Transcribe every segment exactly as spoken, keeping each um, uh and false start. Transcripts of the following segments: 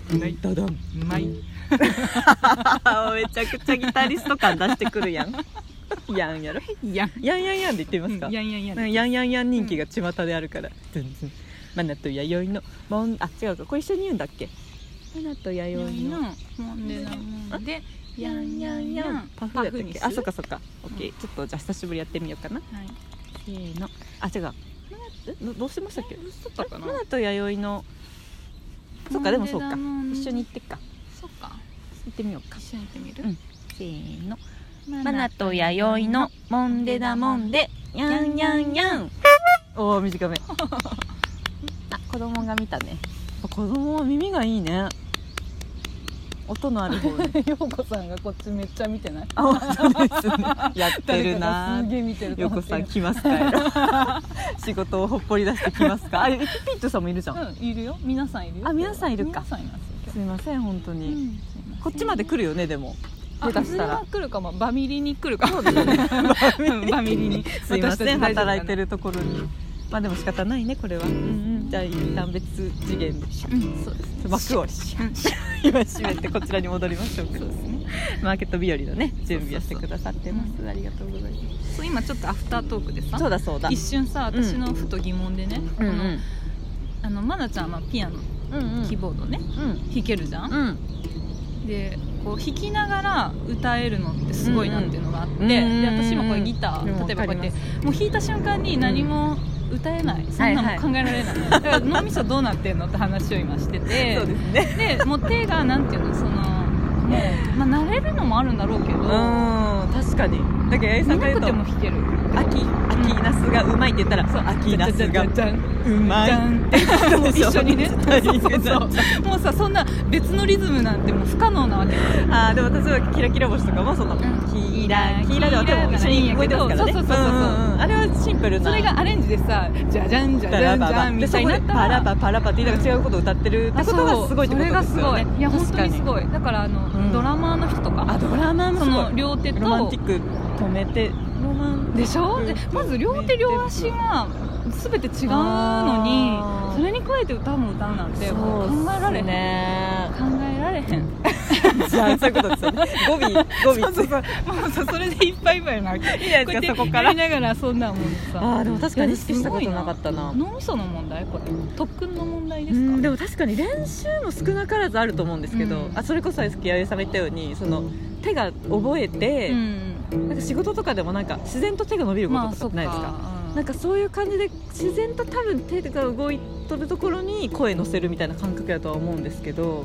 うないダダンうまいめちゃくちゃギタリスト感出してくるやんやんやろやんやんやんやんで言ってみますか、 やんやんやんなんかやんやんやん人気が巷であるから、うん、ずんずんマナと弥生のもんあ違うかこれ一緒に言うんだっけマナと弥生のもんでなもんでやんやんやんパフやったっにするけあそっかそっかオッケー、ちょっとじゃあ久しぶりやってみようかな、 はいせーのあ違うどどうしてましたっけどうしとったかなマナと弥生のそっかでもそうかもんでだもん一緒に行ってっかそっか行ってみようか一緒に行ってみる、 うんせーのママナと弥生のもんでだもんでやんやんやんおー短めあ子供が見たね子供は耳がいいね音のある方にようこさんがこっちめっちゃ見てないあ本当ですねやってるなすげえ見てるとよ思ってこさん来ますか仕事をほっぽり出してきますかあれピットさんもいるじゃん、 うんいるよ皆さんいるよあ皆さんいるか皆さんいますよすいません本当に、 うんすいませんこっちまで来るよねでもあ手出したらいずれは来るかもバミリに来るかもそうですねうんバミリにすいません私たち大丈夫かな働いてるところにまあでも仕方ないねこれは、うんうん、じゃあ一旦別次元でうんそうです幕をうん今閉めてこちらに戻りましょうかそうですねマーケット日和のね準備をしてくださってますそうそうそうありがとうございますそう今ちょっとアフタートークでさそうだそうだ一瞬さうん私のふと疑問でね、 うんうこのんあのマナちゃんはピアノうんうんキーボードね、 うん弾けるじゃん、 うんでこう弾きながら歌えるのってすごいなっていうのがあって、 うんうんで私もこれギタうんー例えばこうやってわかもう弾いた瞬間に何も歌えない、そんなの考えられない、だから脳みそどうなってんのって話を今しててそうですねでもう手がなんていうのそのもう、まあ、慣れるのもあるんだろうけどうん確かにだけど八重さ見なくんが言うとても弾ける秋秋ナスがうまいって言ったらそう秋ナスがじゃんうまいじゃんって一緒にねそうそうそうそうもうさそんな別のリズムなんてもう不可能なわけあーでも私はキラキラ星とかもそのんキラキラではでも一緒に動いてますからねそうそうそうそうそうんんんあれはシンプルなそれがアレンジでさじゃじゃんじゃじゃんじゃんみたいになったパラらパパラパって言いながら違うことを歌ってるってことがすごいってことですよねそれがすごいいや本当にすごいだからあの、 うんドラマーの人とかあドラマもそすごいの両手とロマンティック止めてロマンでしょでまず両手両足が全て違うのにあーそれに加えて歌も歌うなんてもう考えられへんね考えられへんじゃあそういうことですよね語尾語尾そうそうそうもうさそれでいっぱいいっぱいなわけいいじゃないですかこうやってそこからやりながらそんなもんさあーでも確かに意識したことなかったな脳みその問題これ特訓の問題でうすかんでも確かに練習も少なからずあると思うんですけど、 うんあそれこそさっき八重さんが言ったようにその手が覚えて、 うんなんか仕事とかでもなんか自然と手が伸びることまあそっかとかないですか、 うんなんかそういう感じで自然と多分手が動いとるところに声乗せるみたいな感覚だとは思うんですけど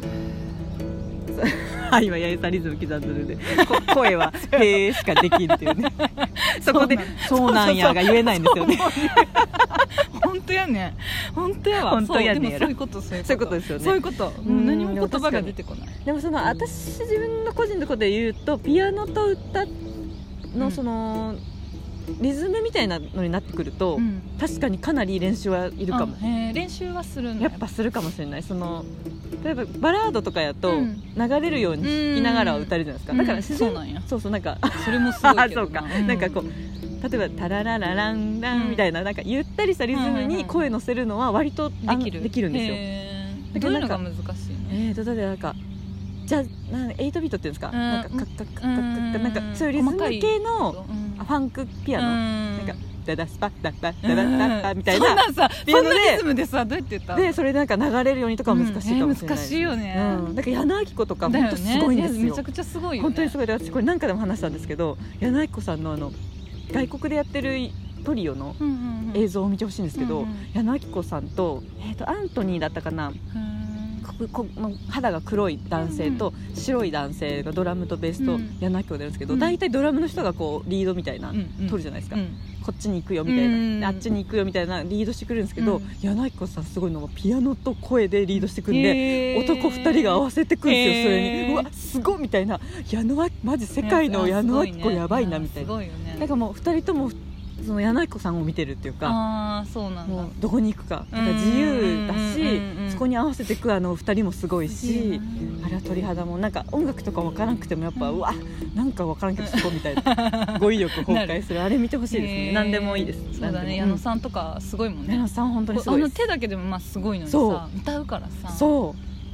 はい今八重さんリズム刻んでるんでこ声は「へー」しかできんっていうねそこで「そうなんや」が言えないんですよね本当やね本当やわ本当やねそうでもそういうことそういうことそういうことですよねそういうこともう何も言葉が出てこないでもその私自分の個人のことで言うとピアノと歌のその、リズムみたいなのになってくると、 うん確かにかなり練習はいるかもあへー練習はするんだやっぱするかもしれないその例えばバラードとかやとうん流れるように弾きながら歌えるじゃないですか、 うんだから自然、 そうなんやそうそうなんかそれもすごいけどあそうか、 んなんかこう例えばタラララランランみたいな、なんかゆったりしたリズムに声乗せるのは割とあんできるできるんですよへーだけどなんかどういうのが難しいのえーと例えばなんかじゃあなんエイトビートっていうんですか、 うんなんかカッカッカッカッカッってうんなんかそういうリズム系のうんあファンクピアノ、 うんなんかダダスパッダッダッダダッダッダッみたいそんな、 なんさピアノでそんなリズムでさどうやって言ったでそれでなんか流れるようにとかは難しいかもしれない、 うんえー難しいよねうん、だから矢野明子とかだよ本当すごいんですよねめちゃくちゃすごいよね本当にすごいで私これ何回でも話したんですけど矢野明子さんのあの外国でやってるトリオのうんうんうん映像を見てほしいんですけど、 うんうん矢野明子さんと、えー、とアントニーだったかなうんここの肌が黒い男性と白い男性がドラムとベースとうん矢野明子でやるんですけど、 うん大体ドラムの人がこうリードみたいな、 うんうん取るじゃないですか、 うんこっちに行くよみたいな、 うんであっちに行くよみたいなリードしてくるんですけど、 うん矢野明子さんすごいのはピアノと声でリードしてくるんで、 へー男ふたりが合わせてくるんですよ、それへーにうわすごいみたいな矢野明マジ世界の矢野明子やばいなみたいな、 すごいよねなんかもうふたりともその矢野明子さんを見てるっていうか、 ああそうなんだもうどこに行くかだから自由だし、 うんうんうんそこに合わせていくあのふたりもすごいし、あれは鳥肌もなんか音楽とか分からなくてもやっぱ、うわなんか分からんけどすごいみたいな語彙力崩壊するあれ見てほしいですね、 へー何でもいいですそうだね何でも矢野さんとかすごいもんね矢野さん本当にすあごいですの手だけでもまあすごいのにそうさ歌うからさそう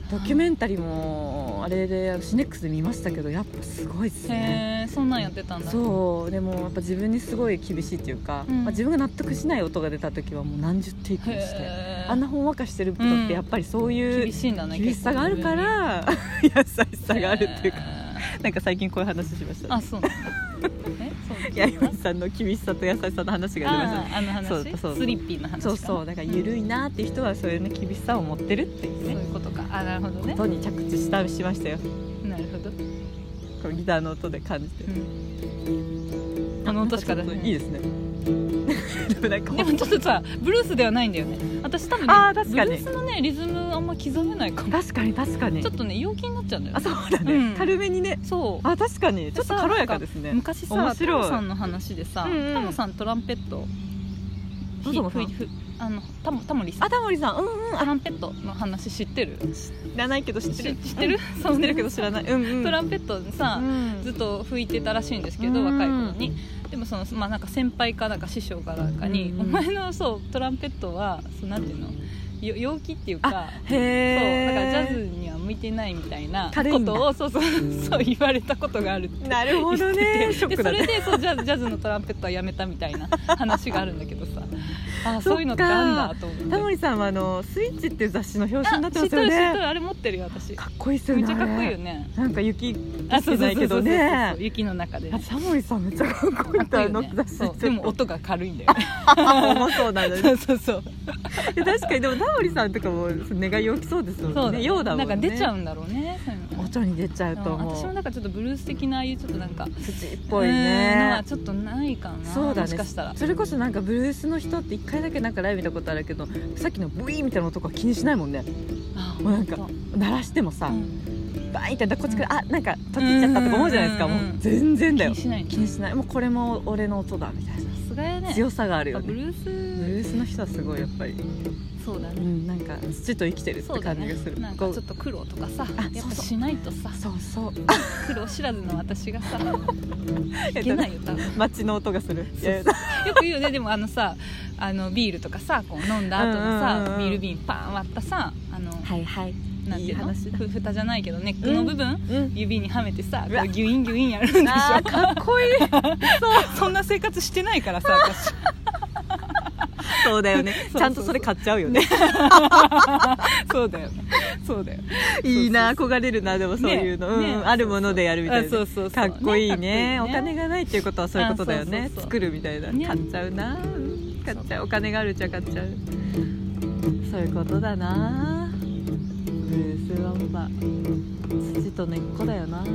ドキュメンタリーもあれでシネックスで見ましたけど、やっぱすごいですね。 へえ、そんなんやってたんだ。 そうでもやっぱ自分にすごい厳しいっていうか、 うんまあ、自分が納得しない音が出た時はもう何十テイクにして、 へーあんなほんわかしてる人ってやっぱりそういう厳しいんだね。 厳しさがあるから優しさがあるっていうか、なんか最近こういう話しました、ね、 あ、そうなんだ。え、そういや今さんの厳しさと優しさの話が出ましたね。 ああの話、 そうそうスリッピーの話かな。 そうそうだから緩いなっていう人はそういうね厳しさを持ってるっていうそうねいうことか。あ、なるほどね。 ことに着地したしましたよ。 なるほど。 このギターの音で感じて、 うん、あの音しか出せない。 いいですねでもなんかでもちょっとさ、ブルースではないんだよね。私多分ね、 あー確かにブルースのねリズムあんま刻めないかも。 確かに確かにちょっとね陽気になっちゃうんだよね。 あそうだね、 うん軽めにね。 そう。 あ確かにちょっと軽やかですね。 昔さ、タ面白いモさんの話でさ、 うんうんタモさんトランペット、 タモさんひふあのタモタモリさん、 あタモリさんうんうんトランペットの話知ってる？ 知らないけど知ってる知ってる？ うんそう知ってるけど知らない、うんうん、 トランペットでさ、 うんずっと吹いてたらしいんですけど、 うん若い頃に。でもその、まあ、なんか先輩かなんか師匠かなんかに、 うんお前のそうトランペットはそうなんていうのよ陽気っていうか、 へそうえだからジャズには向いてないみたいなこ軽いんだとをそうそうそう言われたことがあるってなるほどねショッでそクだねれでそうジャズジャズのトランペットはやめたみたいな話があるんだけどさあそっかそういうのってあんだと思って。 タモリさんはあのスイッチっていう雑誌の表紙になってあ知っますよてる知ってね。 るあれ持ってるよ私。 かっこいいっすよね。 めっちゃかっこいいよあれね。 なんか雪あ出てないけどね。 雪の中であタモリさんめっちゃかっこいいってあの雑誌そうでも音が軽いんだよね重そうなんだね。 そうそうそういや確かにでもタモリさんとかも根が陽気そうですもんね。 そうだねようだもんね。 なんか出ちゃうんだろうねそういうのね音に出ちゃうと思う。 私もなんかちょっとブルース的なああいうちょっとなんか土っぽいうんのねは。ちょっとないかな。 そうだね。 もしかしたらそれこそなんかブルースの人って一回だけなんかライブ見たことあるけど、さっきのブイーンみたいな音とか気にしないもんね。 あもうなんかほと鳴らしてもさ、 うんバーンってこっちから、あなんか立っていっちゃったとか思うじゃないですか。 うんうんうんもう全然だよ。 気にしないね気にしない。もうこれも俺の音だみたいなさすがやね。 強さがあるよね。 やっぱブルースブルースの人はすごいやっぱり、うそうだね。 ん、なんか土と生きてるってそうだね感じがする。 なんかこうちょっと苦労とかさあやっぱそうそうしないとさそうそう。 苦労知らずの私がさいけないよ多分。 街の音がする。いやいやよく言うよね。でもあのさあのビールとかさこう飲んだ後のさ、 うんうんうんうんビール瓶パーン割ったさあの、 はいはい。 なんていうのいい話だふ蓋じゃないけどネックの部分、 うん。 指にはめてさうわこうギュインギュインやるんでしょ。 あーかっこいい。 そんな生活してないからさ私そうだよね。 そうちゃんとそれ買っちゃうよね。 そうだよそうだよ。 いいな、憧れるな、でもそういうの、 ねねうん、あるものでやるみたいな、 あそうそうそうかっこいいねねかっこいいねお金がないっていうことはそういうことだよね。 あそうそうそう作るみたいな、 ね買っちゃうな、うん買っちゃう、お金があるうちは買っちゃう、そういうことだな。ブルースはやっぱ土と根っこだよな。やっ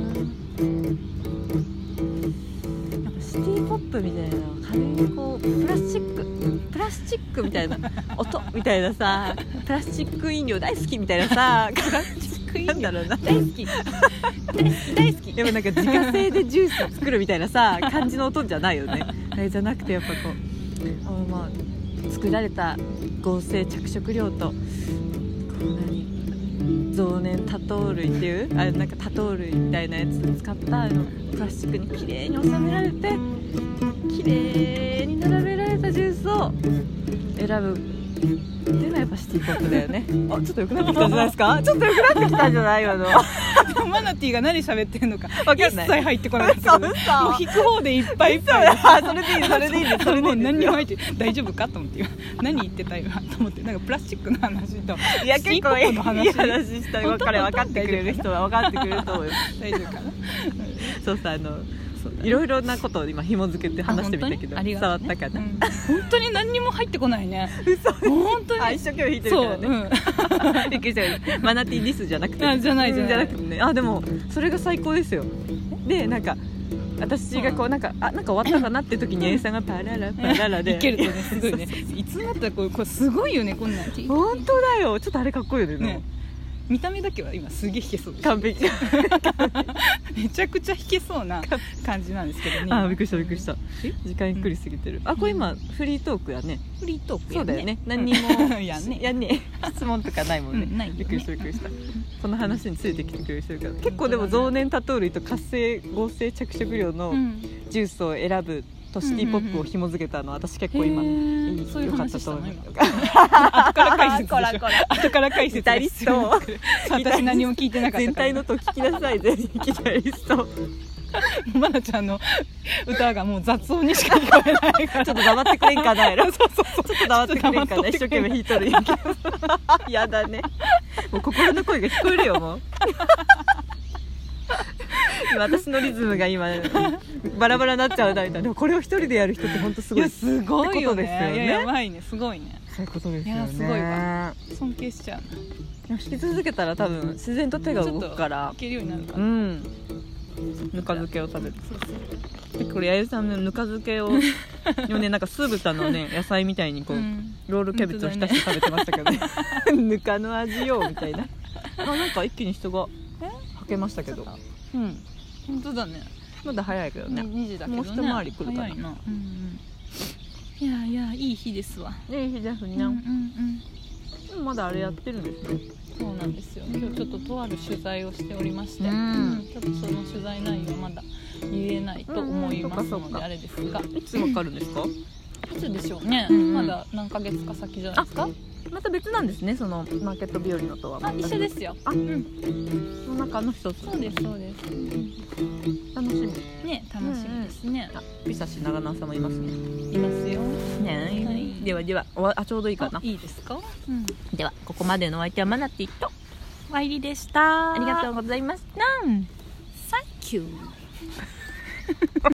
ぱシティポップみたいな軽いこうプラスチックプラスチックみたいな音みたいなさ、プラスチック飲料大好きみたいなさ、プラスチック飲料なんだろうな、 大好き大好き大好き。 でもなんか自家製でジュースを作るみたいなさ感じの音じゃないよね。あれじゃなくてやっぱこう、あのまあ作られた合成着色料とこう何増粘多糖類っていうあれなんか多糖類みたいなやつを使ったあのプラスチックに綺麗に収められて綺麗に並べられたジュースを選ぶっていうのはやっぱシティポップだよね。あ、ちょっと良くなってきたんじゃないですか。ちょっと良くなってきたんじゃない今の。 マナティーが何喋ってんのかわかんない一切入ってこなかったけど、 嘘もう引く方でいっぱいいっぱい。 あ、それでいいそれでいいですそれでもいういです何にも入って大丈夫かと思って今何言ってた今と思って、なんかプラスチックの話といや結構いいの話いい話したよ。彼分かってくれる人は分かってくれると思うよ。 大丈夫かな。 そうさ、あのそうだねいろいろなことを今紐付けて話してみたけどあ本当にあり伝がとうねわったかな、 うん本当に何にも入ってこないね。 嘘本当にあ、一生懸命弾いてるからね。 そう、 びっくりしたマナティーリスじゃなくてあじゃないじゃないうんじゃなくてね。あ、でもそれが最高ですよ。でなんか私がこうなんかあなんか終わったかなって時に A さんがパララパララでいけるとねすごいね。いつになったらこれこれすごいよねこんなん。 本当だよ。ちょっとあれかっこいいよね。 ね見た目だけは今すげえ弾けそうです完璧めちゃくちゃ弾けそうな感じなんですけどね。 あ、びっくりしたびっくりした。 え時間ゆっくり過ぎてる。あ、これ今フリートークやね。 フリートークそうだよね。何にもやんねやんね質問とかないもんね。 うんないよねびっくりしたびっくりした。この話についてきてくれる人いるから。結構でも増粘多糖類と活性合成着色料のうんジュースを選ぶとシティポップを紐付けたの、私結構今へーいいそういう良かった話したのと思います。 後から解説でしょこらこら後から解説ギタリストそう私何も聞いてなかったから全体のと聞きなさいぜギタリスト。 まなちゃんの歌がもう雑音にしか聞こえないからちょっと黙ってくれんかなやろ。 そうそうそうちょっと黙ってくれんかな、一生懸命弾いとるんやけどやだね、もう心の声が聞こえるよもう今私のリズムが今バラバラになっちゃうなみたいな。でもこれを一人でやる人って本当すごい。 いやすごいよね。 ってことですよねいややばいね、すごいね。 そういうことですよね。 いやすごいわ尊敬しちゃうな。 でも弾き続けたら多分自然と手が動くからいけるようになるかうら。 ん、ぬか漬けを食べる。 そうそうでこれやゆさんのぬか漬けをよね、なんか酢豚のね野菜みたいにこう、 うんロールキャベツを浸して食べてましたけどねぬかの味よみたいな。あ、なんか一気に人がえはけましたけど、うん、 本当だね。 まだ早いけどね。 にじだけどね。 もう一回り来るかな。 早いな。うんうん。いやいやいい日ですわ。 いい日ですね、 うんうんうん。 でもまだあれやってるんですね。 そうなんですよ。今日ちょっととある取材をしておりまして、 うんうんちょっとその取材内容はまだ言えないと思いますのであれですが、 いつわかるんですか？ いつでしょうね。 うんうんまだ何ヶ月か先じゃないですか。 また別なんですね、そのマーケット日和のとは。 あ、一緒ですよ。 あ、 うん。 その中の一つ。 そうですそうです。 楽しみ。 ね、楽しみですね。 あ、ピサシ長野さんもいますね。 いますよ。 ね、 はいではでは、おわあちょうどいいかな。 いいですか？うん。 ではここまでのお相手はマナティとワイリでした。 ありがとうございました。 サンキュー。